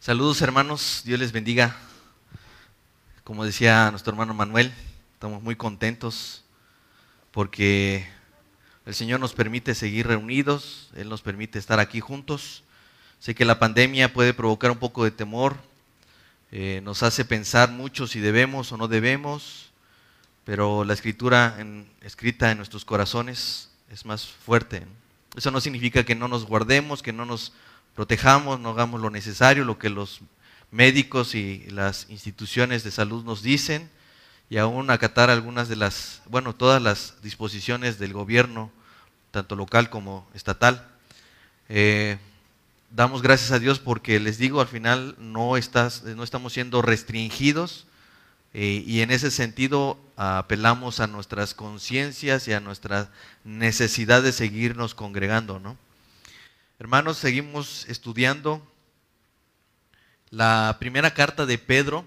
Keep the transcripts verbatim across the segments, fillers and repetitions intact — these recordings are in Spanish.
Saludos hermanos, Dios les bendiga. Como decía nuestro hermano Manuel, estamos muy contentos porque el Señor nos permite seguir reunidos, Él nos permite estar aquí juntos. Sé que la pandemia puede provocar un poco de temor, eh, nos hace pensar mucho si debemos o no debemos, pero la escritura en, escrita en nuestros corazones es más fuerte. Eso no significa que no nos guardemos, que no nos protejamos, no hagamos lo necesario, lo que los médicos y las instituciones de salud nos dicen, y aún acatar algunas de las, bueno, todas las disposiciones del gobierno, tanto local como estatal. Eh, damos gracias a Dios porque les digo, al final no, estás, no estamos siendo restringidos, eh, y en ese sentido apelamos a nuestras conciencias y a nuestra necesidad de seguirnos congregando, ¿no? Hermanos, seguimos estudiando la primera carta de Pedro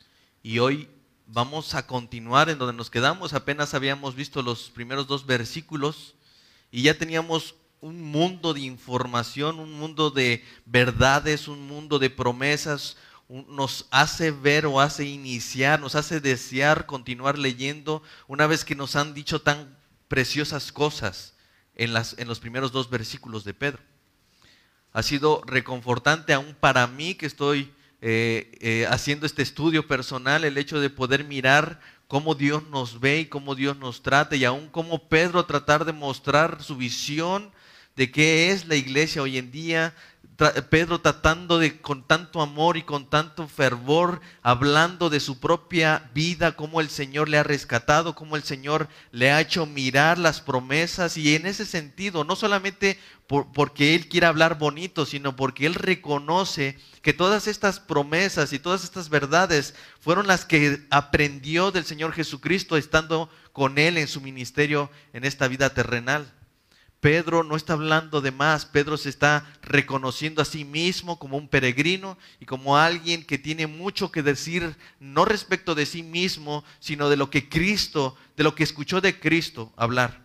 y hoy vamos a continuar en donde nos quedamos. Apenas habíamos visto los primeros dos versículos y ya teníamos un mundo de información, un mundo de verdades, un mundo de promesas. Nos hace ver o hace iniciar, nos hace desear continuar leyendo una vez que nos han dicho tan preciosas cosas en, las, en los primeros dos versículos de Pedro. Ha sido reconfortante aún para mí que estoy eh, eh, haciendo este estudio personal, el hecho de poder mirar cómo Dios nos ve y cómo Dios nos trata, y aún cómo Pedro tratar de mostrar su visión de qué es la iglesia hoy en día. Pedro tratando de, con tanto amor y con tanto fervor, hablando de su propia vida, cómo el Señor le ha rescatado, cómo el Señor le ha hecho mirar las promesas, y en ese sentido, no solamente por, porque Él quiere hablar bonito, sino porque Él reconoce que todas estas promesas y todas estas verdades fueron las que aprendió del Señor Jesucristo estando con Él en su ministerio en esta vida terrenal. Pedro no está hablando de más, Pedro se está reconociendo a sí mismo como un peregrino y como alguien que tiene mucho que decir, no respecto de sí mismo, sino de lo que Cristo, de lo que escuchó de Cristo hablar.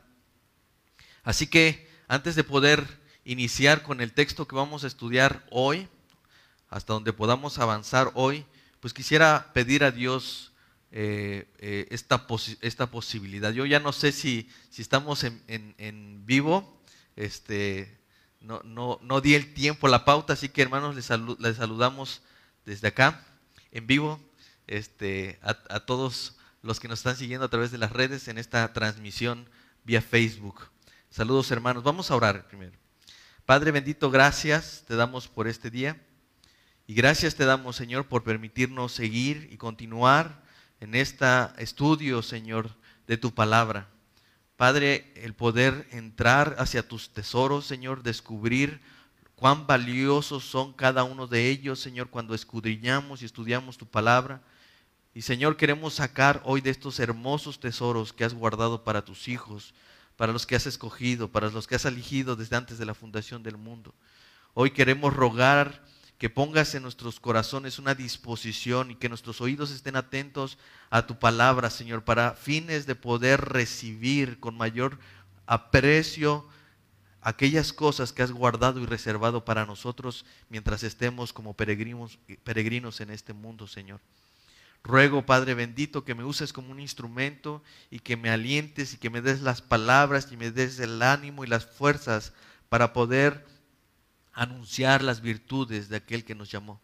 Así que antes de poder iniciar con el texto que vamos a estudiar hoy, hasta donde podamos avanzar hoy, pues quisiera pedir a Dios Eh, eh, esta, posi- esta posibilidad. Yo ya no sé si, si estamos en, en, en vivo, este, no, no, no di el tiempo, la pauta, así que hermanos, les, salu- les saludamos desde acá, en vivo, este, a, a todos los que nos están siguiendo a través de las redes en esta transmisión vía Facebook. Saludos hermanos, vamos a orar primero. Padre bendito, gracias te damos por este día, y gracias te damos, Señor, por permitirnos seguir y continuar en este estudio, Señor, de tu palabra. Padre, el poder entrar hacia tus tesoros, Señor, descubrir cuán valiosos son cada uno de ellos, Señor, cuando escudriñamos y estudiamos tu palabra. Y Señor, queremos sacar hoy de estos hermosos tesoros que has guardado para tus hijos, para los que has escogido, para los que has elegido desde antes de la fundación del mundo. Hoy queremos rogar que pongas en nuestros corazones una disposición y que nuestros oídos estén atentos a tu palabra, Señor, para fines de poder recibir con mayor aprecio aquellas cosas que has guardado y reservado para nosotros mientras estemos como peregrinos, peregrinos en este mundo, Señor. Ruego, Padre bendito, que me uses como un instrumento y que me alientes y que me des las palabras y me des el ánimo y las fuerzas para poder anunciar las virtudes de aquel que nos llamó.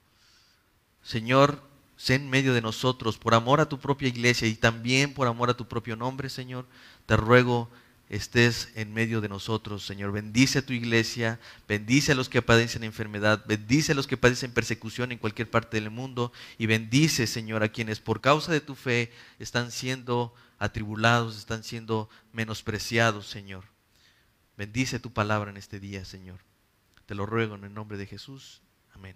Señor, sé en medio de nosotros, por amor a tu propia iglesia y también por amor a tu propio nombre, Señor. Te ruego estés en medio de nosotros, Señor. Bendice a tu iglesia, bendice a los que padecen enfermedad, bendice a los que padecen persecución en cualquier parte del mundo, y bendice, Señor, a quienes por causa de tu fe están siendo atribulados, están siendo menospreciados, Señor. Bendice tu palabra en este día, Señor. Te lo ruego en el nombre de Jesús. Amén.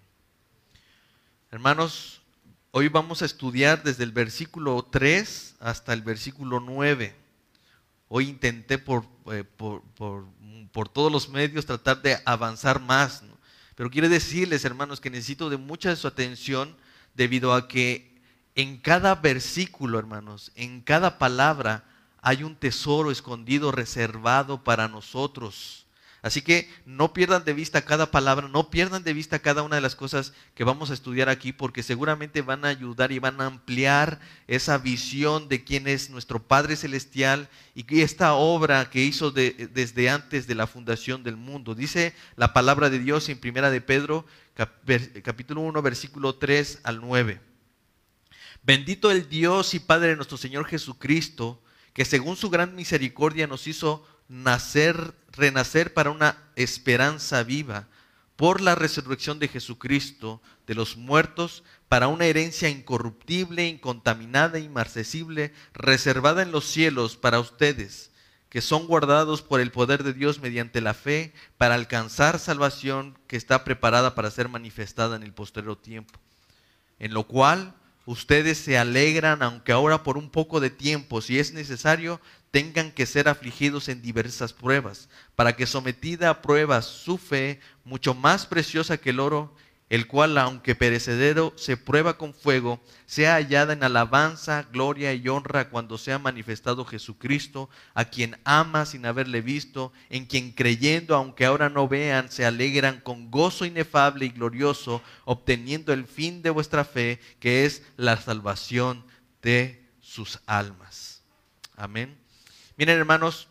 Hermanos, hoy vamos a estudiar desde el versículo tres hasta el versículo nueve. Hoy intenté por, eh, por, por, por todos los medios tratar de avanzar más, ¿no? Pero quiero decirles, hermanos, que necesito de mucha de su atención debido a que en cada versículo, hermanos, en cada palabra hay un tesoro escondido, reservado para nosotros. Así que no pierdan de vista cada palabra, no pierdan de vista cada una de las cosas que vamos a estudiar aquí, porque seguramente van a ayudar y van a ampliar esa visión de quién es nuestro Padre Celestial y que esta obra que hizo de, desde antes de la fundación del mundo. Dice la palabra de Dios en Primera de Pedro, cap, capítulo uno, versículo tres al nueve. Bendito el Dios y Padre de nuestro Señor Jesucristo, que según su gran misericordia nos hizo nacer, renacer para una esperanza viva, por la resurrección de Jesucristo de los muertos, para una herencia incorruptible, incontaminada, inmarcesible, reservada en los cielos para ustedes, que son guardados por el poder de Dios mediante la fe, para alcanzar salvación que está preparada para ser manifestada en el postrero tiempo, en lo cual ustedes se alegran, aunque ahora por un poco de tiempo, si es necesario, tengan que ser afligidos en diversas pruebas, para que sometida a pruebas su fe, mucho más preciosa que el oro, el cual, aunque perecedero, se prueba con fuego, sea hallada en alabanza, gloria y honra cuando sea manifestado Jesucristo, a quien ama sin haberle visto, en quien creyendo, aunque ahora no vean, se alegran con gozo inefable y glorioso, obteniendo el fin de vuestra fe, que es la salvación de sus almas. Amén. Miren, hermanos,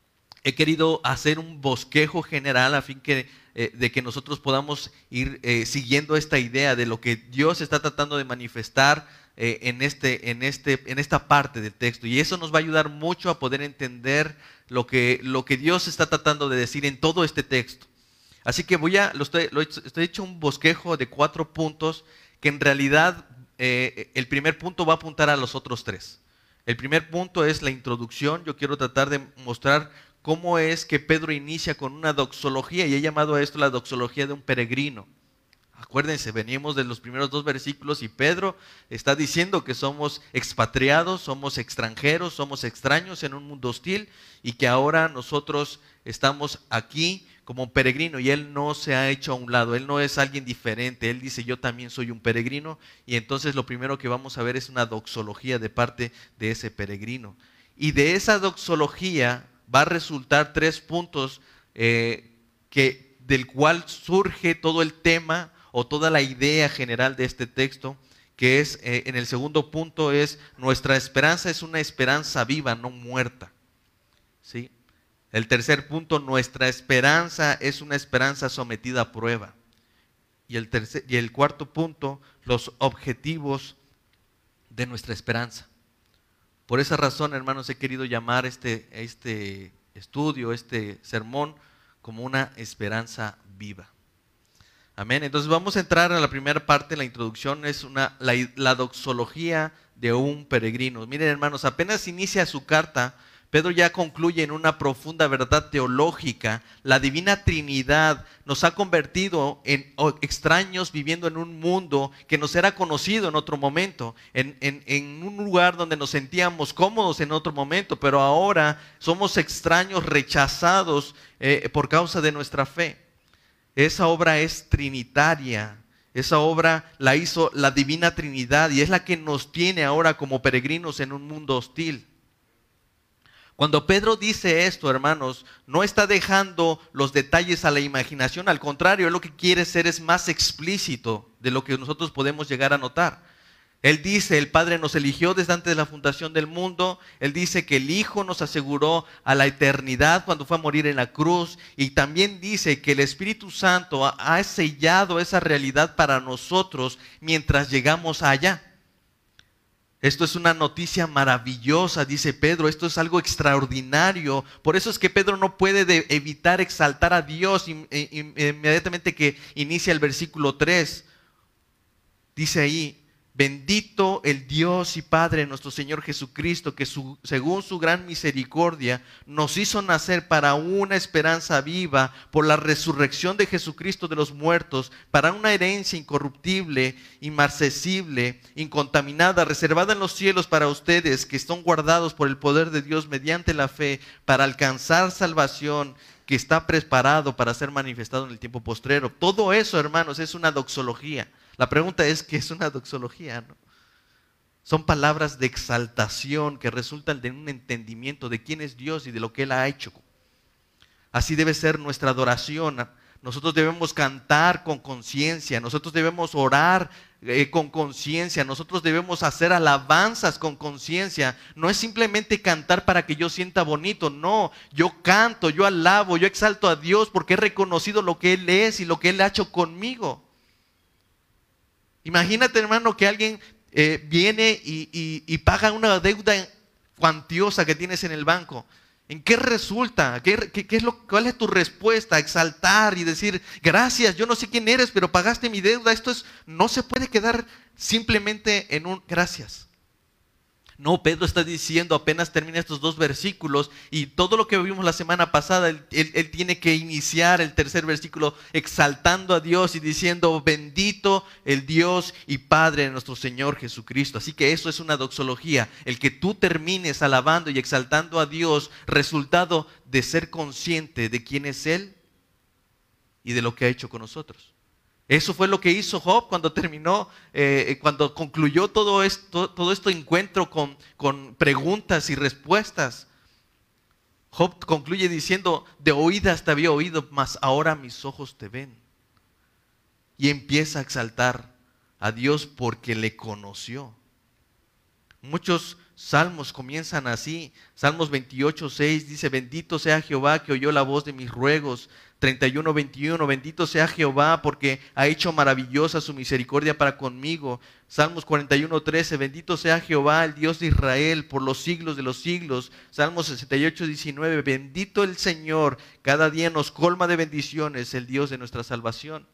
he querido hacer un bosquejo general a fin que, eh, de que nosotros podamos ir eh, siguiendo esta idea de lo que Dios está tratando de manifestar eh, en, este, en, este, en esta parte del texto. Y eso nos va a ayudar mucho a poder entender lo que, lo que Dios está tratando de decir en todo este texto. Así que voy a, lo estoy, lo estoy hecho un bosquejo de cuatro puntos que en realidad eh, el primer punto va a apuntar a los otros tres. El primer punto es la introducción. Yo quiero tratar de mostrar cómo es que Pedro inicia con una doxología, y he llamado a esto la doxología de un peregrino. Acuérdense, venimos de los primeros dos versículos y Pedro está diciendo que somos expatriados, somos extranjeros, somos extraños en un mundo hostil y que ahora nosotros estamos aquí como un peregrino, y él no se ha hecho a un lado, él no es alguien diferente, él dice yo también soy un peregrino, y entonces lo primero que vamos a ver es una doxología de parte de ese peregrino. Y de esa doxología va a resultar tres puntos eh, que, del cual surge todo el tema o toda la idea general de este texto, que es, eh, en el segundo punto es, nuestra esperanza es una esperanza viva, no muerta. ¿Sí? El tercer punto, nuestra esperanza es una esperanza sometida a prueba. Y el, tercer, y el cuarto punto, los objetivos de nuestra esperanza. Por esa razón, hermanos, he querido llamar este, este estudio, este sermón, como una esperanza viva. Amén. Entonces vamos a entrar a la primera parte, la introducción, es una, la, la doxología de un peregrino. Miren, hermanos, apenas inicia su carta, Pedro ya concluye en una profunda verdad teológica. La divina Trinidad nos ha convertido en extraños viviendo en un mundo que nos era conocido en otro momento, en, en, en un lugar donde nos sentíamos cómodos en otro momento, pero ahora somos extraños, rechazados eh, por causa de nuestra fe. Esa obra es trinitaria. Esa obra la hizo la divina Trinidad y es la que nos tiene ahora como peregrinos en un mundo hostil. Cuando Pedro dice esto, hermanos, no está dejando los detalles a la imaginación, al contrario, él lo que quiere ser es más explícito de lo que nosotros podemos llegar a notar. Él dice, el Padre nos eligió desde antes de la fundación del mundo. Él dice que el Hijo nos aseguró a la eternidad cuando fue a morir en la cruz. Y también dice que el Espíritu Santo ha, ha sellado esa realidad para nosotros mientras llegamos allá. Esto es una noticia maravillosa, dice Pedro, esto es algo extraordinario. Por eso es que Pedro no puede de evitar exaltar a Dios inmediatamente que inicia el versículo tres. Dice ahí, bendito el Dios y Padre de nuestro Señor Jesucristo, que su, según su gran misericordia nos hizo nacer para una esperanza viva por la resurrección de Jesucristo de los muertos, para una herencia incorruptible, inmarcesible, incontaminada, reservada en los cielos para ustedes, que están guardados por el poder de Dios mediante la fe, para alcanzar salvación que está preparado para ser manifestado en el tiempo postrero. Todo eso, hermanos, es una doxología. La pregunta es, ¿qué es una doxología? ¿No? Son palabras de exaltación que resultan de un entendimiento de quién es Dios y de lo que Él ha hecho. Así debe ser nuestra adoración. Nosotros debemos cantar con conciencia, nosotros debemos orar eh, con conciencia, nosotros debemos hacer alabanzas con conciencia. No es simplemente cantar para que yo sienta bonito, no, yo canto, yo alabo, yo exalto a Dios porque he reconocido lo que Él es y lo que Él ha hecho conmigo. Imagínate, hermano, que alguien eh, viene y, y, y paga una deuda cuantiosa que tienes en el banco. ¿En qué resulta? ¿Qué, qué, qué es lo, ¿Cuál es tu respuesta? Exaltar y decir, gracias, yo no sé quién eres, pero pagaste mi deuda. Esto es, no se puede quedar simplemente en un gracias. No, Pedro está diciendo, apenas termina estos dos versículos y todo lo que vimos la semana pasada, él, él, él tiene que iniciar el tercer versículo exaltando a Dios y diciendo, bendito el Dios y Padre de nuestro Señor Jesucristo. Así que eso es una doxología, el que tú termines alabando y exaltando a Dios, resultado de ser consciente de quién es Él y de lo que ha hecho con nosotros. Eso fue lo que hizo Job cuando terminó, eh, cuando concluyó todo esto, todo este encuentro con, con preguntas y respuestas. Job concluye diciendo, de oídas te había oído, mas ahora mis ojos te ven. Y empieza a exaltar a Dios porque le conoció. Muchos salmos comienzan así. Salmos veintiocho, seis dice, bendito sea Jehová que oyó la voz de mis ruegos. treinta y uno, veintiuno, bendito sea Jehová porque ha hecho maravillosa su misericordia para conmigo. Salmos cuarenta y uno, trece, bendito sea Jehová, el Dios de Israel, por los siglos de los siglos. Salmos sesenta y ocho, diecinueve, bendito el Señor, cada día nos colma de bendiciones, el Dios de nuestra salvación.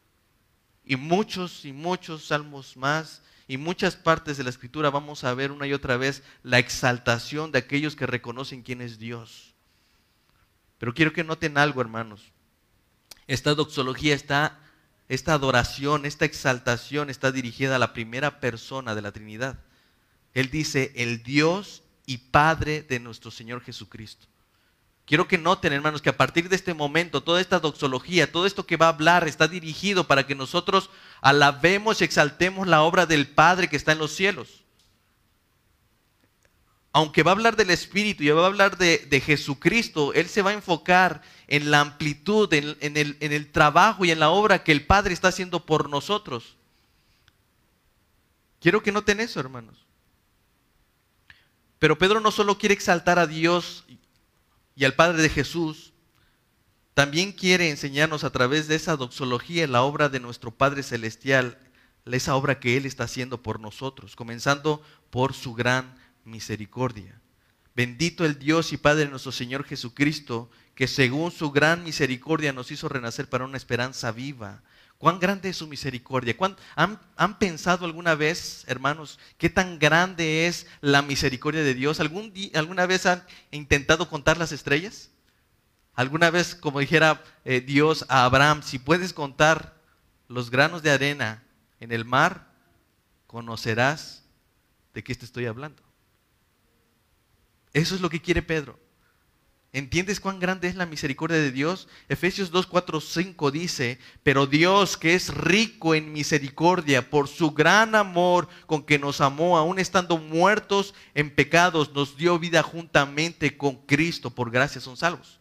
Y muchos y muchos salmos más, y muchas partes de la Escritura vamos a ver una y otra vez la exaltación de aquellos que reconocen quién es Dios. Pero quiero que noten algo, hermanos. Esta doxología, está, esta adoración, esta exaltación está dirigida a la primera persona de la Trinidad. Él dice, el Dios y Padre de nuestro Señor Jesucristo. Quiero que noten, hermanos, que a partir de este momento, toda esta doxología, todo esto que va a hablar está dirigido para que nosotros alabemos y exaltemos la obra del Padre que está en los cielos. Aunque va a hablar del Espíritu y va a hablar de, de Jesucristo, Él se va a enfocar en la amplitud, en, en, el, en el trabajo y en la obra que el Padre está haciendo por nosotros. Quiero que noten eso, hermanos. Pero Pedro no solo quiere exaltar a Dios y al Padre de Jesús, también quiere enseñarnos a través de esa doxología la obra de nuestro Padre Celestial, esa obra que Él está haciendo por nosotros, comenzando por su gran misericordia. Bendito el Dios y Padre de nuestro Señor Jesucristo, que según su gran misericordia nos hizo renacer para una esperanza viva. ¿Cuán grande es su misericordia? ¿Cuán, han, ¿Han pensado alguna vez, hermanos, qué tan grande es la misericordia de Dios? ¿Algún día, ¿Alguna vez han intentado contar las estrellas? ¿Alguna vez, como dijera eh, Dios a Abraham, si puedes contar los granos de arena en el mar, conocerás de qué te estoy hablando? Eso es lo que quiere Pedro. ¿Entiendes cuán grande es la misericordia de Dios? Efesios dos, cuatro, cinco dice, pero Dios, que es rico en misericordia, por su gran amor con que nos amó, aun estando muertos en pecados, nos dio vida juntamente con Cristo, por gracia son salvos.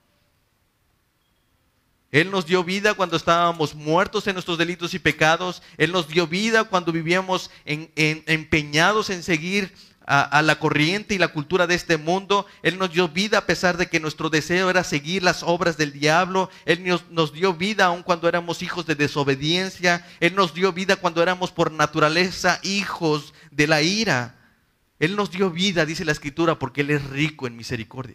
Él nos dio vida cuando estábamos muertos en nuestros delitos y pecados. Él nos dio vida cuando vivíamos en, en, empeñados en seguir A, a la corriente y la cultura de este mundo. Él nos dio vida a pesar de que nuestro deseo era seguir las obras del diablo. Él nos, nos dio vida aun cuando éramos hijos de desobediencia. Él nos dio vida cuando éramos por naturaleza hijos de la ira. Él nos dio vida, dice la Escritura, porque Él es rico en misericordia.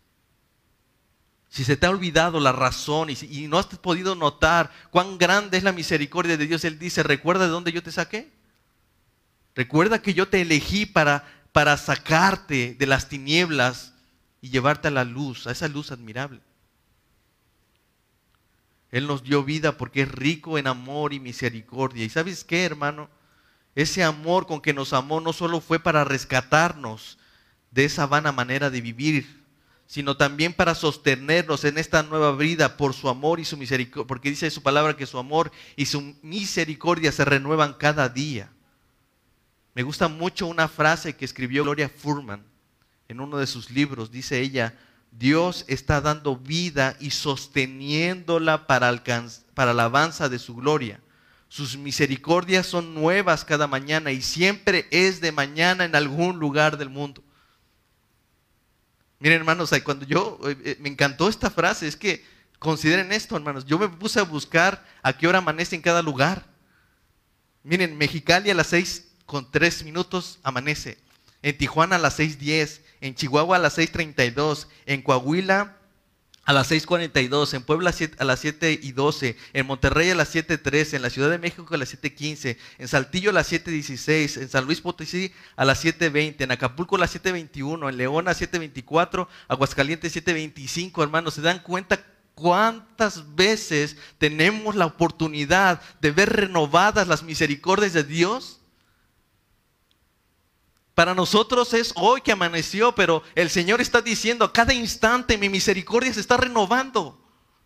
Si se te ha olvidado la razón y, si, y no has podido notar cuán grande es la misericordia de Dios, Él dice, ¿recuerda de dónde yo te saqué? Recuerda que yo te elegí para para sacarte de las tinieblas y llevarte a la luz, a esa luz admirable. Él nos dio vida porque es rico en amor y misericordia. ¿Y sabes qué, hermano? Ese amor con que nos amó no solo fue para rescatarnos de esa vana manera de vivir, sino también para sostenernos en esta nueva vida por su amor y su misericordia, porque dice su palabra que su amor y su misericordia se renuevan cada día. Me gusta mucho una frase que escribió Gloria Furman en uno de sus libros. Dice ella, Dios está dando vida y sosteniéndola para, alcanz- para la alabanza de su gloria. Sus misericordias son nuevas cada mañana y siempre es de mañana en algún lugar del mundo. Miren, hermanos, cuando yo, eh, me encantó esta frase, es que consideren esto, hermanos. Yo me puse a buscar a qué hora amanece en cada lugar. Miren, Mexicali a las seis con tres minutos amanece. En Tijuana a las seis diez. En Chihuahua a las seis treinta y dos. En Coahuila a las seis cuarenta y dos. En Puebla a las siete y doce. En Monterrey a las siete trece. En la Ciudad de México a las siete quince. En Saltillo a las siete dieciséis. En San Luis Potosí a las siete veinte. En Acapulco a las siete veintiuno. En León a las siete veinticuatro. Aguascalientes siete veinticinco. Hermanos, ¿se dan cuenta cuántas veces tenemos la oportunidad de ver renovadas las misericordias de Dios? Para nosotros es hoy que amaneció, pero el Señor está diciendo a cada instante mi misericordia se está renovando.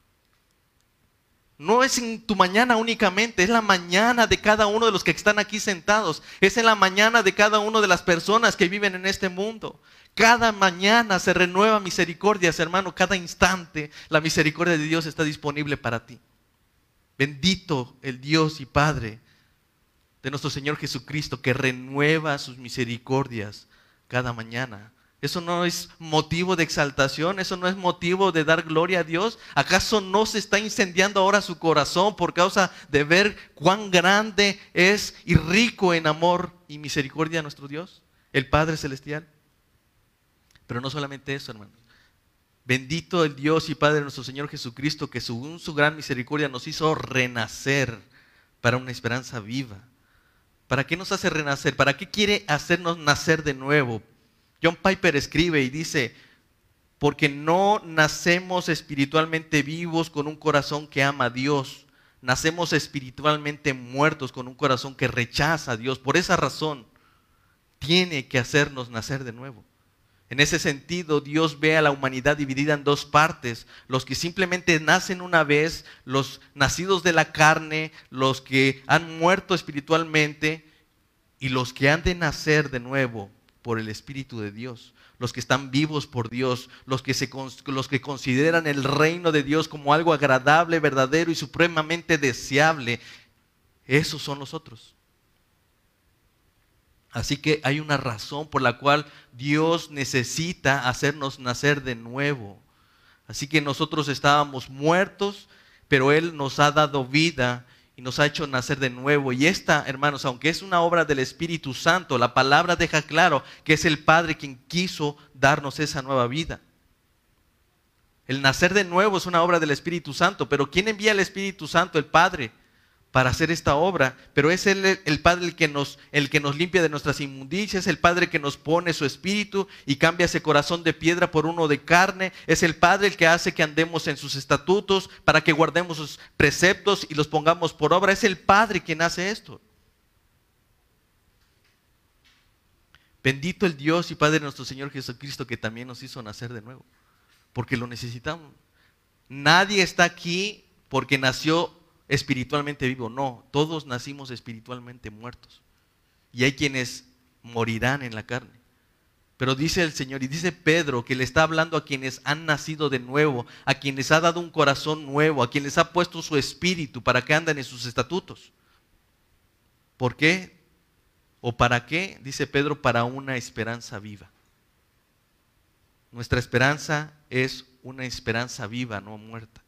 No es en tu mañana únicamente, es la mañana de cada uno de los que están aquí sentados. Es en la mañana de cada una de las personas que viven en este mundo. Cada mañana se renueva misericordias, hermano. Cada instante la misericordia de Dios está disponible para ti. Bendito el Dios y Padre de nuestro Señor Jesucristo, que renueva sus misericordias cada mañana. ¿Eso no es motivo de exaltación? ¿Eso no es motivo de dar gloria a Dios? ¿Acaso no se está incendiando ahora su corazón por causa de ver cuán grande es y rico en amor y misericordia nuestro Dios, el Padre Celestial? Pero no solamente eso, hermanos. Bendito el Dios y Padre de nuestro Señor Jesucristo, que según su gran misericordia nos hizo renacer para una esperanza viva. ¿Para qué nos hace renacer? ¿Para qué quiere hacernos nacer de nuevo? John Piper escribe y dice: porque no nacemos espiritualmente vivos con un corazón que ama a Dios, nacemos espiritualmente muertos con un corazón que rechaza a Dios. Por esa razón tiene que hacernos nacer de nuevo. En ese sentido, Dios ve a la humanidad dividida en dos partes: los que simplemente nacen una vez, los nacidos de la carne, los que han muerto espiritualmente, y los que han de nacer de nuevo por el Espíritu de Dios, los que están vivos por Dios, los que, se, los que consideran el reino de Dios como algo agradable, verdadero y supremamente deseable. Esos son los otros. Así que hay una razón por la cual Dios necesita hacernos nacer de nuevo. Así que nosotros estábamos muertos, pero Él nos ha dado vida y nos ha hecho nacer de nuevo. Y esta, hermanos, aunque es una obra del Espíritu Santo, la palabra deja claro que es el Padre quien quiso darnos esa nueva vida. El nacer de nuevo es una obra del Espíritu Santo, pero ¿quién envía el Espíritu Santo? El Padre, para hacer esta obra. Pero es Él el, el Padre el que, nos, el que nos limpia de nuestras inmundicias, el Padre que nos pone su espíritu y cambia ese corazón de piedra por uno de carne. Es el Padre el que hace que andemos en sus estatutos, para que guardemos sus preceptos y los pongamos por obra. Es el Padre quien hace esto. Bendito el Dios y Padre de nuestro Señor Jesucristo, que también nos hizo nacer de nuevo, porque lo necesitamos. Nadie está aquí porque nació espiritualmente vivo. No, todos nacimos espiritualmente muertos. Y hay quienes morirán en la carne. Pero dice el Señor, y dice Pedro, que le está hablando a quienes han nacido de nuevo, a quienes ha dado un corazón nuevo, a quienes ha puesto su espíritu para que anden en sus estatutos. ¿Por qué? ¿O para qué? Dice Pedro, para una esperanza viva. Nuestra esperanza es una esperanza viva, no muerta.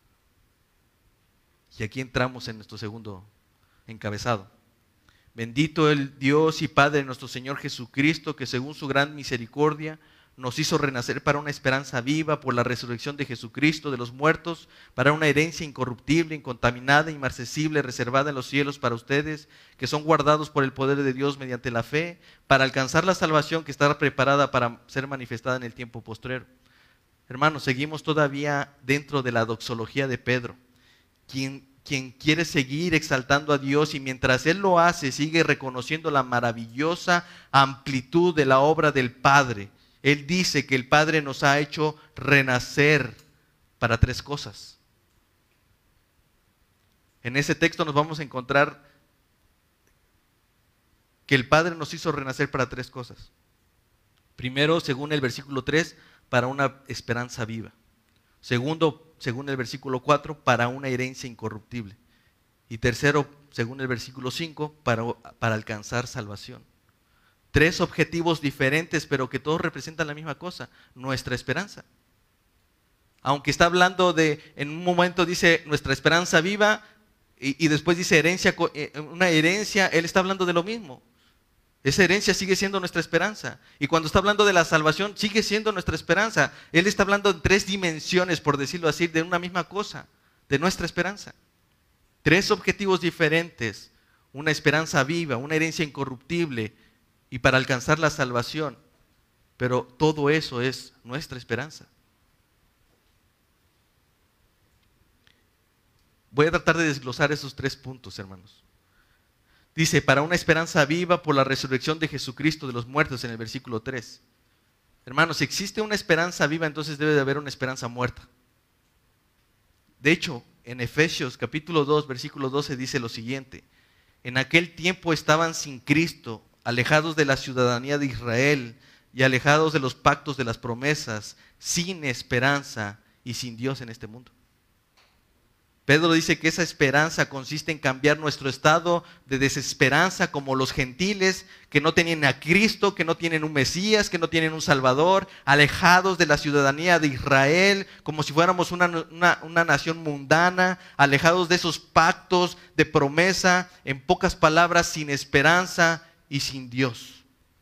Y aquí entramos en nuestro segundo encabezado. Bendito el Dios y Padre de nuestro Señor Jesucristo, que según su gran misericordia nos hizo renacer para una esperanza viva por la resurrección de Jesucristo de los muertos, para una herencia incorruptible, incontaminada, inmarcesible, reservada en los cielos para ustedes, que son guardados por el poder de Dios mediante la fe, para alcanzar la salvación que está preparada para ser manifestada en el tiempo postrero. Hermanos, seguimos todavía dentro de la doxología de Pedro. Quien, quien quiere seguir exaltando a Dios, y mientras Él lo hace, sigue reconociendo la maravillosa amplitud de la obra del Padre. Él dice que el Padre nos ha hecho renacer para tres cosas. En ese texto nos vamos a encontrar que el Padre nos hizo renacer para tres cosas. Primero, según el versículo tres, para una esperanza viva. Segundo, según el versículo cuatro, para una herencia incorruptible. Y tercero, según el versículo cinco, para, para alcanzar salvación. Tres objetivos diferentes, pero que todos representan la misma cosa, nuestra esperanza. Aunque está hablando de, en un momento dice nuestra esperanza viva, y, y después dice herencia, una herencia, él está hablando de lo mismo. Esa herencia sigue siendo nuestra esperanza. Y cuando está hablando de la salvación, sigue siendo nuestra esperanza. Él está hablando en tres dimensiones, por decirlo así, de una misma cosa, de nuestra esperanza. Tres objetivos diferentes, una esperanza viva, una herencia incorruptible y para alcanzar la salvación. Pero todo eso es nuestra esperanza. Voy a tratar de desglosar esos tres puntos, hermanos. Dice, para una esperanza viva por la resurrección de Jesucristo de los muertos en el versículo tres. Hermanos, si existe una esperanza viva, entonces debe de haber una esperanza muerta. De hecho, en Efesios capítulo dos, versículo doce dice lo siguiente. En aquel tiempo estaban sin Cristo, alejados de la ciudadanía de Israel y alejados de los pactos de las promesas, sin esperanza y sin Dios en este mundo. Pedro dice que esa esperanza consiste en cambiar nuestro estado de desesperanza como los gentiles que no tienen a Cristo, que no tienen un Mesías, que no tienen un Salvador, alejados de la ciudadanía de Israel, como si fuéramos una, una, una nación mundana, alejados de esos pactos de promesa, en pocas palabras, sin esperanza y sin Dios.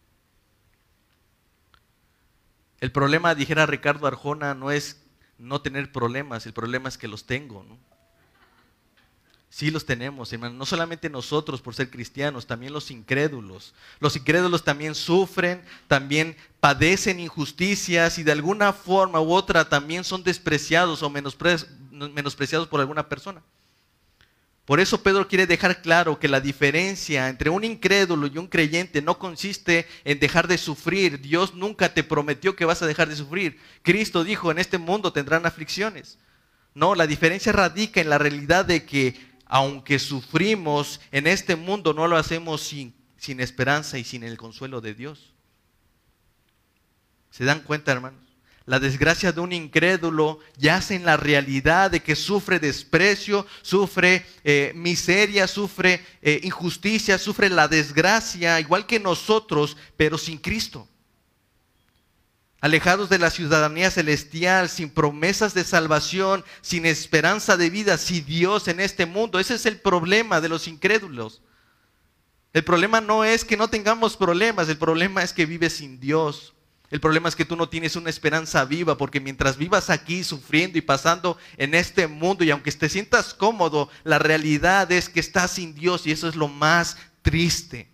El problema, dijera Ricardo Arjona, no es no tener problemas, el problema es que los tengo, ¿no? Sí los tenemos, hermano. No solamente nosotros por ser cristianos, también los incrédulos. Los incrédulos también sufren, también padecen injusticias y de alguna forma u otra también son despreciados o menospre- menospreciados por alguna persona. Por eso Pedro quiere dejar claro que la diferencia entre un incrédulo y un creyente no consiste en dejar de sufrir. Dios nunca te prometió que vas a dejar de sufrir. Cristo dijo, en este mundo tendrán aflicciones. No, la diferencia radica en la realidad de que aunque sufrimos en este mundo, no lo hacemos sin, sin esperanza y sin el consuelo de Dios. ¿Se dan cuenta, hermanos? La desgracia de un incrédulo yace en la realidad de que sufre desprecio, sufre eh, miseria, sufre eh, injusticia, sufre la desgracia, igual que nosotros, pero sin Cristo. Alejados de la ciudadanía celestial, sin promesas de salvación, sin esperanza de vida, sin Dios en este mundo. Ese es el problema de los incrédulos. El problema no es que no tengamos problemas, el problema es que vives sin Dios. El problema es que tú no tienes una esperanza viva, porque mientras vivas aquí sufriendo y pasando en este mundo, y aunque te sientas cómodo, la realidad es que estás sin Dios y eso es lo más triste.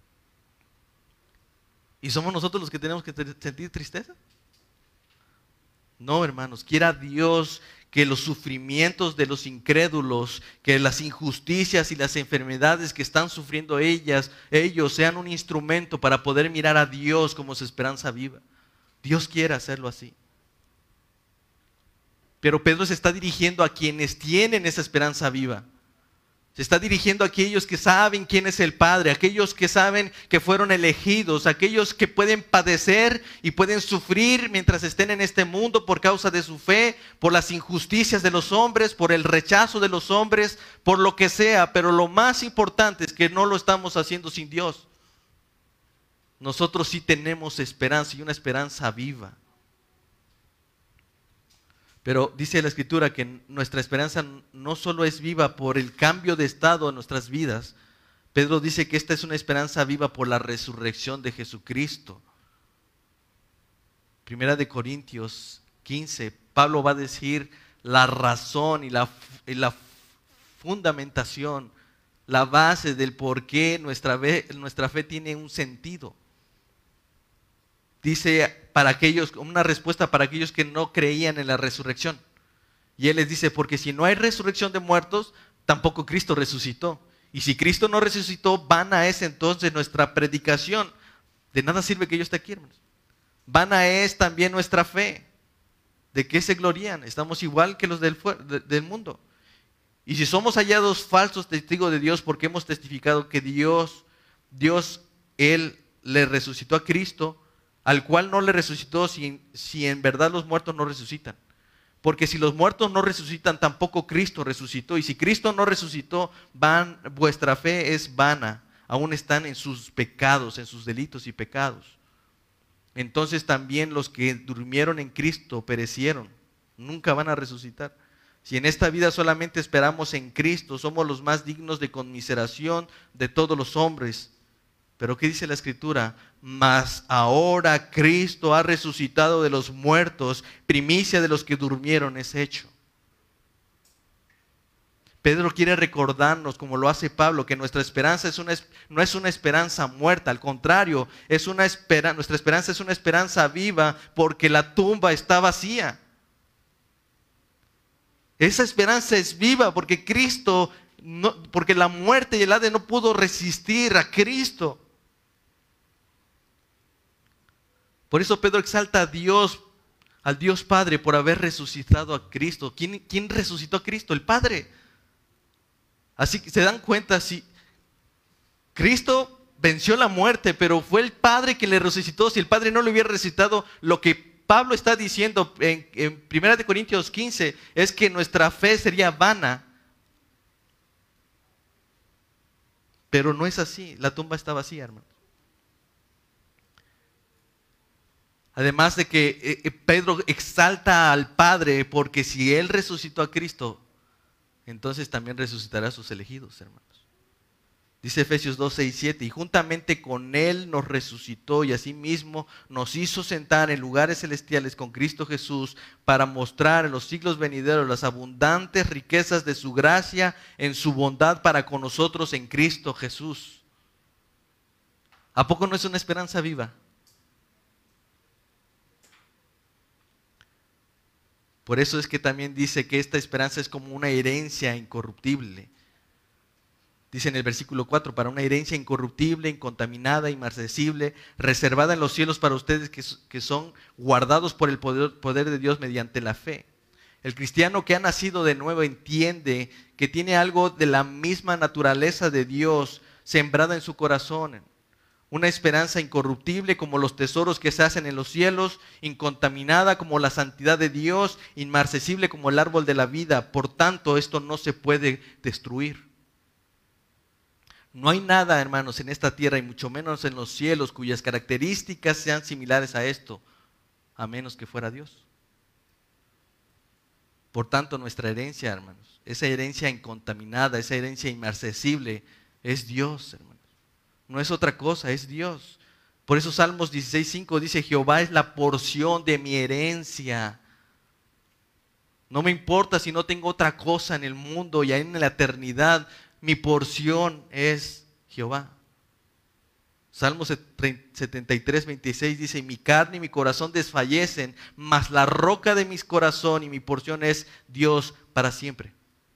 ¿Y somos nosotros los que tenemos que sentir tristeza? No, hermanos, quiera Dios que los sufrimientos de los incrédulos, que las injusticias y las enfermedades que están sufriendo ellas, ellos sean un instrumento para poder mirar a Dios como su esperanza viva. Dios quiere hacerlo así. Pero Pedro se está dirigiendo a quienes tienen esa esperanza viva. Se está dirigiendo a aquellos que saben quién es el Padre, aquellos que saben que fueron elegidos, aquellos que pueden padecer y pueden sufrir mientras estén en este mundo por causa de su fe, por las injusticias de los hombres, por el rechazo de los hombres, por lo que sea. Pero lo más importante es que no lo estamos haciendo sin Dios. Nosotros sí tenemos esperanza y una esperanza viva. Pero dice la Escritura que nuestra esperanza no solo es viva por el cambio de estado en nuestras vidas. Pedro dice que esta es una esperanza viva por la resurrección de Jesucristo. Primera de Corintios quince, Pablo va a decir la razón y la, y la fundamentación, la base del por qué nuestra fe, nuestra fe tiene un sentido. Dice para aquellos, una respuesta para aquellos que no creían en la resurrección. Y él les dice, porque si no hay resurrección de muertos, tampoco Cristo resucitó. Y si Cristo no resucitó, vana es entonces nuestra predicación. De nada sirve que yo esté aquí, hermanos. Vana es también nuestra fe. ¿De qué se glorían? Estamos igual que los del, del mundo. Y si somos hallados falsos testigos de Dios, porque hemos testificado que Dios, Dios, Él le resucitó a Cristo, al cual no le resucitó si, si en verdad los muertos no resucitan. Porque si los muertos no resucitan, tampoco Cristo resucitó. Y si Cristo no resucitó, van, vuestra fe es vana. Aún están en sus pecados, en sus delitos y pecados. Entonces también los que durmieron en Cristo perecieron. Nunca van a resucitar. Si en esta vida solamente esperamos en Cristo, somos los más dignos de conmiseración de todos los hombres. Pero ¿qué dice la Escritura? Mas ahora Cristo ha resucitado de los muertos, primicia de los que durmieron es hecho. Pedro quiere recordarnos, como lo hace Pablo, que nuestra esperanza es una, no es una esperanza muerta, al contrario, es una espera, nuestra esperanza es una esperanza viva porque la tumba está vacía. Esa esperanza es viva porque Cristo, no, porque la muerte y el Hades no pudo resistir a Cristo. Por eso Pedro exalta a Dios, al Dios Padre, por haber resucitado a Cristo. ¿Quién, quién resucitó a Cristo? El Padre. Así que se dan cuenta, si Cristo venció la muerte, pero fue el Padre que le resucitó. Si el Padre no le hubiera resucitado, lo que Pablo está diciendo en, en primera de Corintios quince es que nuestra fe sería vana. Pero no es así, la tumba está vacía, hermanos. Además de que eh, Pedro exalta al Padre, porque si Él resucitó a Cristo, entonces también resucitará a sus elegidos, hermanos. Dice Efesios dos, seis, siete, y juntamente con Él nos resucitó y asimismo nos hizo sentar en lugares celestiales con Cristo Jesús para mostrar en los siglos venideros las abundantes riquezas de su gracia en su bondad para con nosotros en Cristo Jesús. ¿A poco no es una esperanza viva? Por eso es que también dice que esta esperanza es como una herencia incorruptible. Dice en el versículo cuatro, para una herencia incorruptible, incontaminada, inmarcesible, reservada en los cielos para ustedes que, que son guardados por el poder, poder de Dios mediante la fe. El cristiano que ha nacido de nuevo entiende que tiene algo de la misma naturaleza de Dios sembrada en su corazón. Una esperanza incorruptible como los tesoros que se hacen en los cielos, incontaminada como la santidad de Dios, inmarcesible como el árbol de la vida. Por tanto, esto no se puede destruir. No hay nada, hermanos, en esta tierra y mucho menos en los cielos cuyas características sean similares a esto, a menos que fuera Dios. Por tanto, nuestra herencia, hermanos, esa herencia incontaminada, esa herencia inmarcesible, es Dios, hermanos. No es otra cosa, es Dios. Por eso Salmos dieciséis, cinco dice, Jehová es la porción de mi herencia. No me importa si no tengo otra cosa en el mundo y en la eternidad, mi porción es Jehová. Salmos setenta y tres, veintiséis dice, mi carne y mi corazón desfallecen, mas la roca de mi corazón y mi porción es Dios para siempre.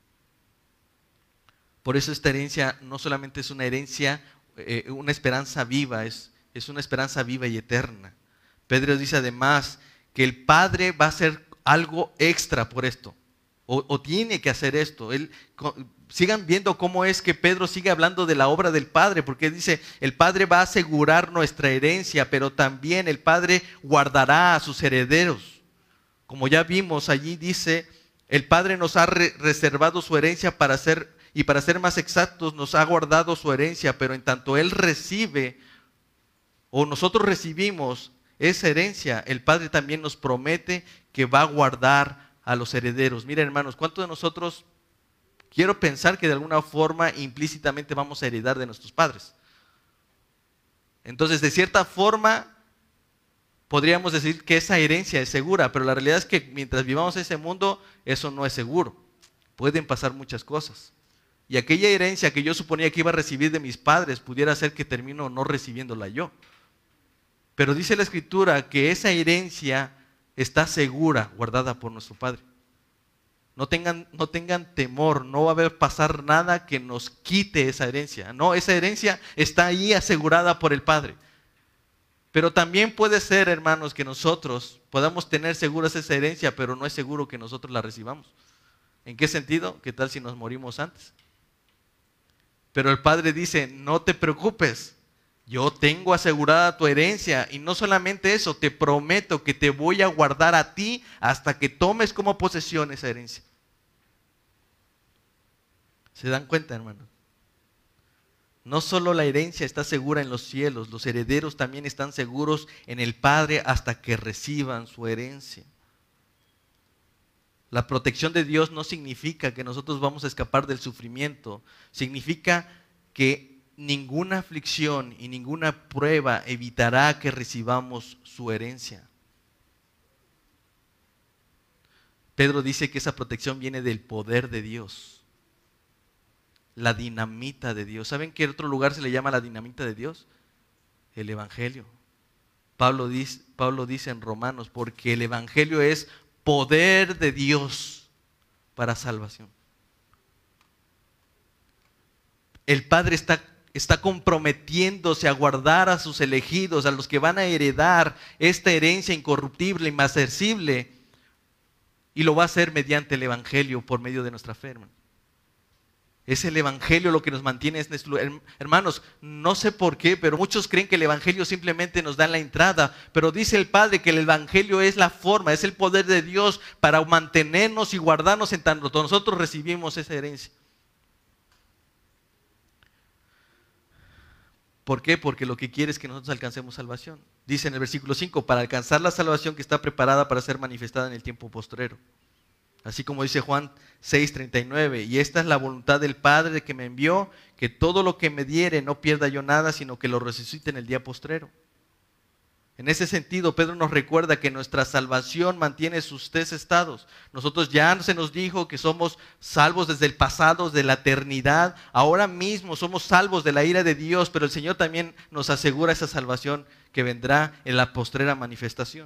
Por eso esta herencia no solamente es una herencia, eh, una esperanza viva, es, es una esperanza viva y eterna. Pedro dice además que el Padre va a hacer algo extra por esto, o, o tiene que hacer esto. Él, sigan viendo cómo es que Pedro sigue hablando de la obra del Padre, porque dice, el Padre va a asegurar nuestra herencia, pero también el Padre guardará a sus herederos. Como ya vimos allí dice, el Padre nos ha re- reservado su herencia para ser, y para ser más exactos, nos ha guardado su herencia, pero en tanto Él recibe, o nosotros recibimos esa herencia, el Padre también nos promete que va a guardar a los herederos. Miren, hermanos, ¿cuántos de nosotros, quiero pensar que de alguna forma implícitamente vamos a heredar de nuestros padres? Entonces, de cierta forma, podríamos decir que esa herencia es segura, pero la realidad es que mientras vivamos ese mundo, eso no es seguro. Pueden pasar muchas cosas. Y aquella herencia que yo suponía que iba a recibir de mis padres, pudiera ser que termino no recibiéndola yo. Pero dice la Escritura que esa herencia está segura, guardada por nuestro Padre. No tengan, no tengan temor, no va a haber pasar nada que nos quite esa herencia. No, esa herencia está ahí asegurada por el Padre. Pero también puede ser, hermanos, que nosotros podamos tener seguras esa herencia, pero no es seguro que nosotros la recibamos. ¿En qué sentido? ¿Qué tal si nos morimos antes? Pero el Padre dice, no te preocupes, Yo tengo asegurada tu herencia y no solamente eso, te prometo que te voy a guardar a ti hasta que tomes como posesión esa herencia. ¿Se dan cuenta, hermanos? No solo la herencia está segura en los cielos, los herederos también están seguros en el Padre hasta que reciban su herencia. La protección de Dios no significa que nosotros vamos a escapar del sufrimiento, significa que ninguna aflicción y ninguna prueba evitará que recibamos su herencia. Pedro dice que esa protección viene del poder de Dios, la dinamita de Dios. ¿Saben qué otro lugar se le llama la dinamita de Dios? El Evangelio. Pablo dice, Pablo dice en Romanos, porque el Evangelio es poder de Dios para salvación. El Padre está está comprometiéndose a guardar a sus elegidos, a los que van a heredar esta herencia incorruptible, inmarcesible, y lo va a hacer mediante el Evangelio por medio de nuestra fe, hermano. Es el Evangelio lo que nos mantiene en este lugar. Hermanos, no sé por qué, pero muchos creen que el Evangelio simplemente nos da la entrada, pero dice el Padre que el Evangelio es la forma, es el poder de Dios para mantenernos y guardarnos en tanto nosotros recibimos esa herencia. ¿Por qué? Porque lo que quiere es que nosotros alcancemos salvación. Dice en el versículo cinco, para alcanzar la salvación que está preparada para ser manifestada en el tiempo postrero. Así como dice Juan seis treinta y nueve, y esta es la voluntad del Padre que me envió, que todo lo que me diere no pierda yo nada, sino que lo resucite en el día postrero. En ese sentido, Pedro nos recuerda que nuestra salvación mantiene sus tres estados. Nosotros ya se nos dijo que somos salvos desde el pasado, de la eternidad. Ahora mismo somos salvos de la ira de Dios, pero el Señor también nos asegura esa salvación que vendrá en la postrera manifestación.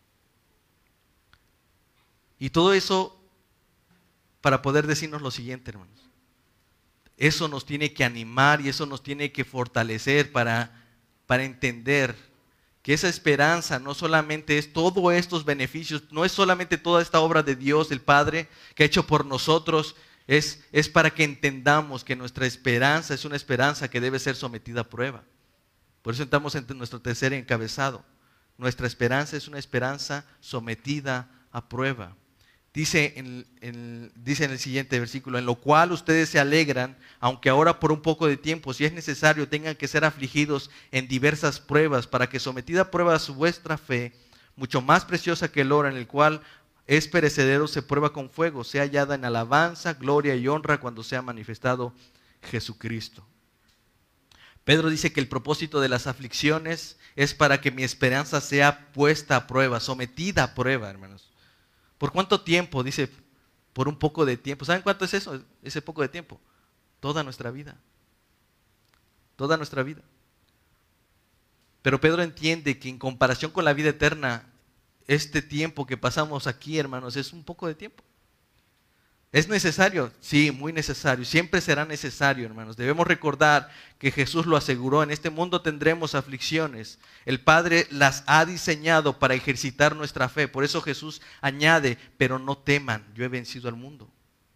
Y todo eso para poder decirnos lo siguiente, hermanos. Eso nos tiene que animar y eso nos tiene que fortalecer para, para entender que esa esperanza no solamente es todos estos beneficios, no es solamente toda esta obra de Dios, el Padre, que ha hecho por nosotros, es, es para que entendamos que nuestra esperanza es una esperanza que debe ser sometida a prueba. Por eso estamos en nuestro tercer encabezado. Nuestra esperanza es una esperanza sometida a prueba. Dice en, en, dice en el siguiente versículo, en lo cual ustedes se alegran, aunque ahora por un poco de tiempo, si es necesario, tengan que ser afligidos en diversas pruebas, para que sometida a prueba su vuestra fe, mucho más preciosa que el oro, en el cual es perecedero, se prueba con fuego, sea hallada en alabanza, gloria y honra cuando sea manifestado Jesucristo. Pedro dice que el propósito de las aflicciones es para que mi esperanza sea puesta a prueba, sometida a prueba, hermanos. ¿Por cuánto tiempo? Dice, por un poco de tiempo. ¿Saben cuánto es eso? Ese poco de tiempo. Toda nuestra vida. Toda nuestra vida. Pero Pedro entiende que en comparación con la vida eterna, este tiempo que pasamos aquí, hermanos, es un poco de tiempo. ¿Es necesario? Sí, muy necesario. Siempre será necesario, hermanos. Debemos recordar que Jesús lo aseguró. En este mundo tendremos aflicciones. El Padre las ha diseñado para ejercitar nuestra fe. Por eso Jesús añade, pero no teman, yo he vencido al mundo.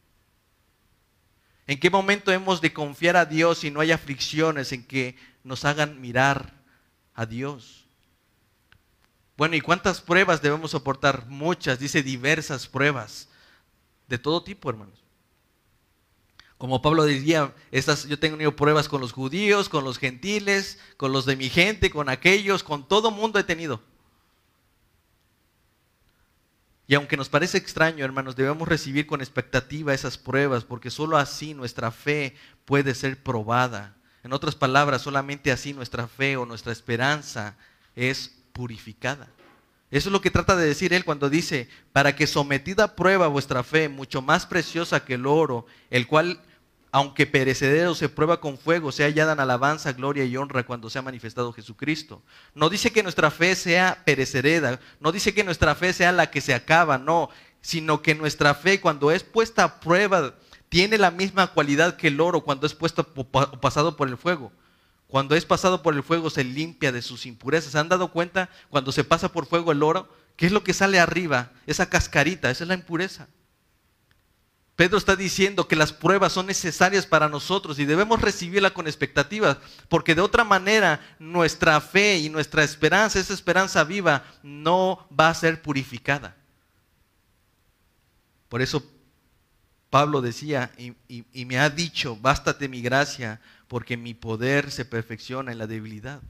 ¿En qué momento hemos de confiar a Dios si no hay aflicciones en que nos hagan mirar a Dios? Bueno, ¿y cuántas pruebas debemos soportar? Muchas, dice diversas pruebas. De todo tipo, hermanos. Como Pablo diría, estas, yo tengo tenido pruebas con los judíos, con los gentiles, con los de mi gente, con aquellos, con todo mundo he tenido. Y aunque nos parece extraño, hermanos, debemos recibir con expectativa esas pruebas, porque solo así nuestra fe puede ser probada. En otras palabras, solamente así nuestra fe o nuestra esperanza es purificada. Eso es lo que trata de decir él cuando dice, para que sometida a prueba vuestra fe, mucho más preciosa que el oro, el cual, aunque perecedero, se prueba con fuego, sea hallada en alabanza, gloria y honra cuando sea manifestado Jesucristo. No dice que nuestra fe sea perecedera, no dice que nuestra fe sea la que se acaba, no, sino que nuestra fe cuando es puesta a prueba, tiene la misma cualidad que el oro cuando es puesto o pasado por el fuego. Cuando es pasado por el fuego se limpia de sus impurezas. ¿Se han dado cuenta cuando se pasa por fuego el oro? ¿Qué es lo que sale arriba? Esa cascarita, esa es la impureza. Pedro está diciendo que las pruebas son necesarias para nosotros y debemos recibirlas con expectativas, porque de otra manera nuestra fe y nuestra esperanza, esa esperanza viva, no va a ser purificada. Por eso Pablo decía, y, y, y me ha dicho, bástate mi gracia, porque mi poder se perfecciona en la debilidad.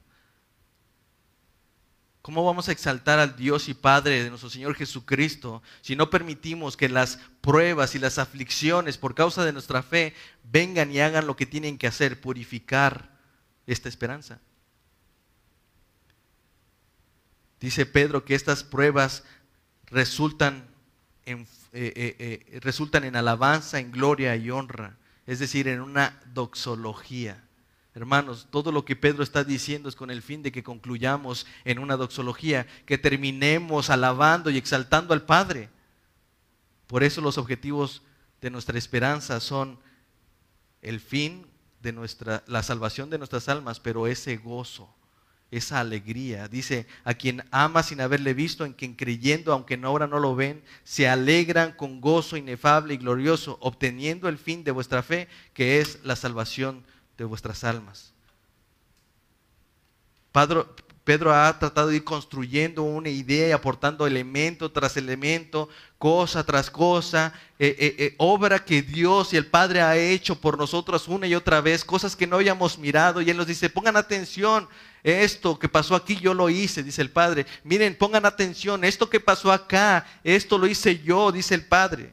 ¿Cómo vamos a exaltar al Dios y Padre de nuestro Señor Jesucristo si no permitimos que las pruebas y las aflicciones por causa de nuestra fe vengan y hagan lo que tienen que hacer, purificar esta esperanza? Dice Pedro que estas pruebas resultan en, eh, eh, eh, resultan en alabanza, en gloria y honra, es decir, en una doxología. Hermanos, todo lo que Pedro está diciendo es con el fin de que concluyamos en una doxología, que terminemos alabando y exaltando al Padre. Por eso los objetivos de nuestra esperanza son el fin de nuestra, la salvación de nuestras almas, pero ese gozo, esa alegría. Dice, a quien ama sin haberle visto, en quien creyendo, aunque ahora no lo ven, se alegran con gozo inefable y glorioso, obteniendo el fin de vuestra fe, que es la salvación de vuestras almas. Pedro, Pedro ha tratado de ir construyendo una idea y aportando elemento tras elemento, cosa tras cosa, eh, eh, eh, obra que Dios y el Padre ha hecho por nosotros una y otra vez, cosas que no habíamos mirado, y Él nos dice, pongan atención, esto que pasó aquí yo lo hice, dice el Padre. Miren, pongan atención, esto que pasó acá, esto lo hice yo, dice el Padre.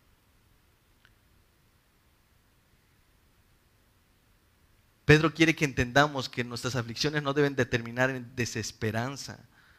Pedro quiere que entendamos que nuestras aflicciones no deben de terminar en desesperanza.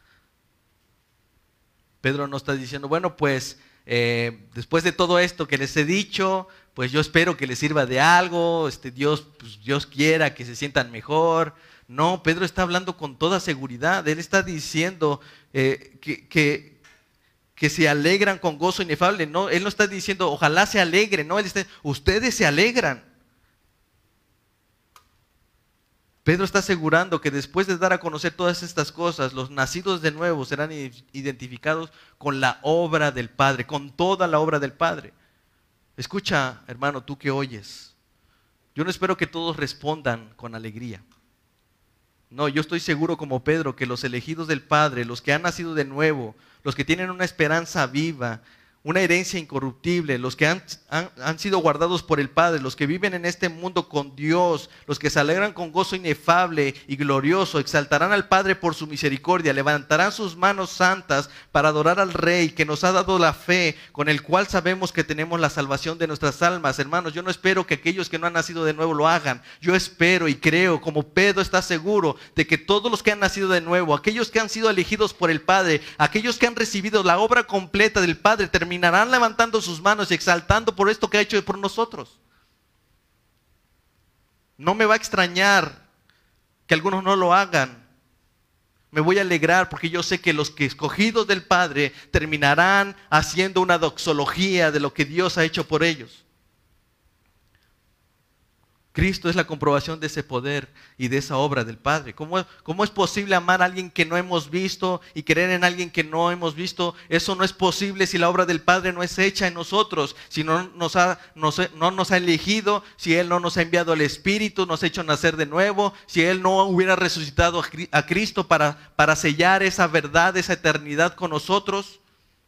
Pedro no está diciendo, bueno, pues eh, después de todo esto que les he dicho, pues yo espero que les sirva de algo, este, Dios, pues Dios quiera que se sientan mejor. No, Pedro está hablando con toda seguridad. Él está diciendo eh, que, que, que se alegran con gozo inefable. No, él no está diciendo, ojalá se alegren. No, él está, ustedes se alegran. Pedro está asegurando que después de dar a conocer todas estas cosas, los nacidos de nuevo serán identificados con la obra del Padre, con toda la obra del Padre. Escucha, hermano, tú que oyes. Yo no espero que todos respondan con alegría. No, yo estoy seguro como Pedro que los elegidos del Padre, los que han nacido de nuevo, los que tienen una esperanza viva, una herencia incorruptible, los que han, han, han sido guardados por el Padre, los que viven en este mundo con Dios, los que se alegran con gozo inefable y glorioso, exaltarán al Padre por su misericordia, levantarán sus manos santas para adorar al Rey que nos ha dado la fe, con el cual sabemos que tenemos la salvación de nuestras almas. Hermanos, yo no espero que aquellos que no han nacido de nuevo lo hagan. Yo espero y creo, como Pedro está seguro, de que todos los que han nacido de nuevo, aquellos que han sido elegidos por el Padre, aquellos que han recibido la obra completa del Padre, terminarán terminarán levantando sus manos y exaltando por esto que ha hecho por nosotros. No me va a extrañar que algunos no lo hagan. Me voy a alegrar porque yo sé que los que escogidos del Padre terminarán haciendo una doxología de lo que Dios ha hecho por ellos. Cristo es la comprobación de ese poder y de esa obra del Padre. ¿Cómo, cómo es posible amar a alguien que no hemos visto y creer en alguien que no hemos visto? Eso no es posible si la obra del Padre no es hecha en nosotros, si no nos ha, nos, no nos ha elegido, si Él no nos ha enviado el Espíritu, nos ha hecho nacer de nuevo, si Él no hubiera resucitado a Cristo para, para sellar esa verdad, esa eternidad con nosotros.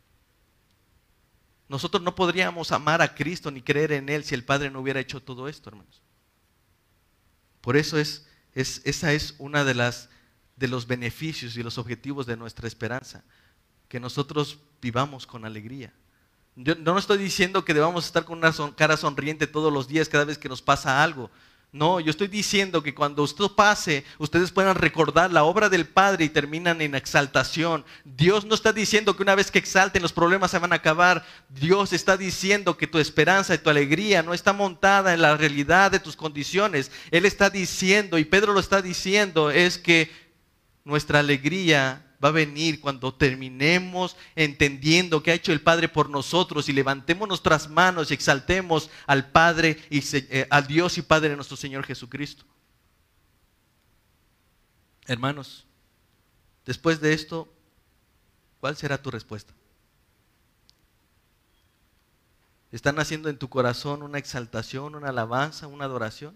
Nosotros no podríamos amar a Cristo ni creer en Él si el Padre no hubiera hecho todo esto, hermanos. Por eso es, es, esa es una de las de los beneficios y los objetivos de nuestra esperanza, que nosotros vivamos con alegría. Yo no estoy diciendo que debamos estar con una son, cara sonriente todos los días cada vez que nos pasa algo. No, yo estoy diciendo que cuando esto pase, ustedes puedan recordar la obra del Padre y terminan en exaltación. Dios no está diciendo que una vez que exalten los problemas se van a acabar. Dios está diciendo que tu esperanza y tu alegría no está montada en la realidad de tus condiciones. Él está diciendo, y Pedro lo está diciendo, es que nuestra alegría va a venir cuando terminemos entendiendo que ha hecho el Padre por nosotros y levantemos nuestras manos y exaltemos al Padre y eh, al Dios y Padre de nuestro Señor Jesucristo. Hermanos, después de esto, ¿cuál será tu respuesta? ¿Están haciendo en tu corazón una exaltación, una alabanza, una adoración?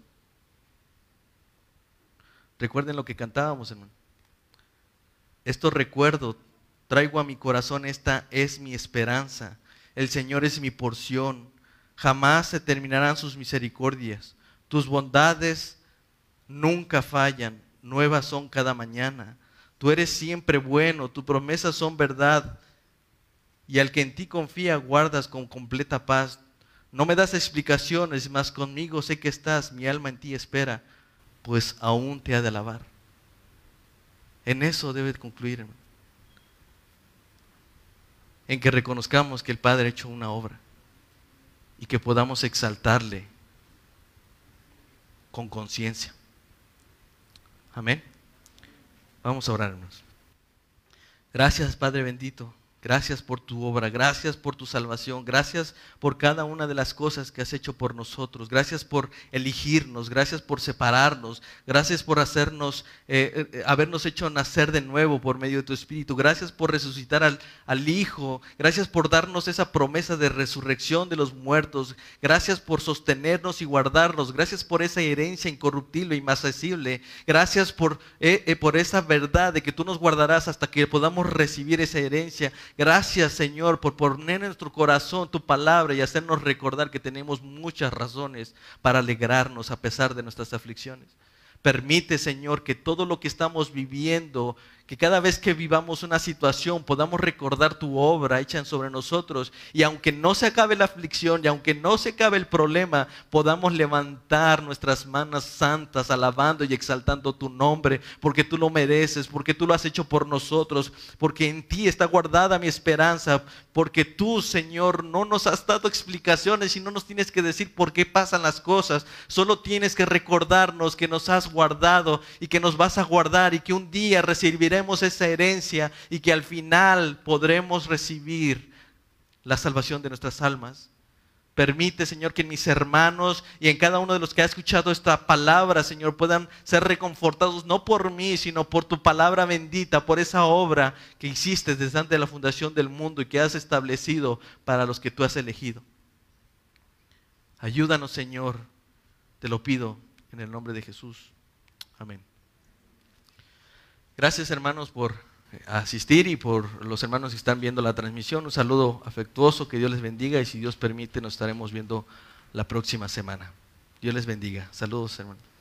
Recuerden lo que cantábamos, hermano. Esto recuerdo, traigo a mi corazón, esta es mi esperanza. El Señor es mi porción. Jamás se terminarán sus misericordias. Tus bondades nunca fallan, nuevas son cada mañana. Tú eres siempre bueno, tus promesas son verdad. Y al que en ti confía guardas con completa paz. No me das explicaciones, mas conmigo sé que estás, mi alma en ti espera, pues aún te ha de alabar. En eso debe concluir, hermano. En que reconozcamos que el Padre ha hecho una obra y que podamos exaltarle con conciencia. Amén. Vamos a orar, hermanos. Gracias, Padre bendito. Gracias por tu obra, gracias por tu salvación, gracias por cada una de las cosas que has hecho por nosotros, gracias por elegirnos, gracias por separarnos, gracias por hacernos, eh, eh, habernos hecho nacer de nuevo por medio de tu Espíritu, gracias por resucitar al, al Hijo, gracias por darnos esa promesa de resurrección de los muertos, gracias por sostenernos y guardarnos, gracias por esa herencia incorruptible y inmarcesible, gracias por, eh, eh, por esa verdad de que tú nos guardarás hasta que podamos recibir esa herencia. Gracias, Señor, por poner en nuestro corazón tu palabra y hacernos recordar que tenemos muchas razones para alegrarnos a pesar de nuestras aflicciones. Permite, Señor, que todo lo que estamos viviendo, que cada vez que vivamos una situación podamos recordar tu obra hecha sobre nosotros, y aunque no se acabe la aflicción y aunque no se acabe el problema, podamos levantar nuestras manos santas alabando y exaltando tu nombre, porque tú lo mereces, porque tú lo has hecho por nosotros, porque en ti está guardada mi esperanza, porque tú, Señor, no nos has dado explicaciones y no nos tienes que decir por qué pasan las cosas, solo tienes que recordarnos que nos has guardado y que nos vas a guardar y que un día recibiremos esa herencia y que al final podremos recibir la salvación de nuestras almas. Permite, Señor, que mis hermanos y en cada uno de los que ha escuchado esta palabra, Señor, puedan ser reconfortados no por mí, sino por tu palabra bendita, por esa obra que hiciste desde antes de la fundación del mundo y que has establecido para los que tú has elegido. Ayúdanos, Señor, te lo pido en el nombre de Jesús. Amén. Gracias, hermanos, por asistir y por los hermanos que están viendo la transmisión. Un saludo afectuoso, que Dios les bendiga y si Dios permite nos estaremos viendo la próxima semana. Dios les bendiga. Saludos, hermanos.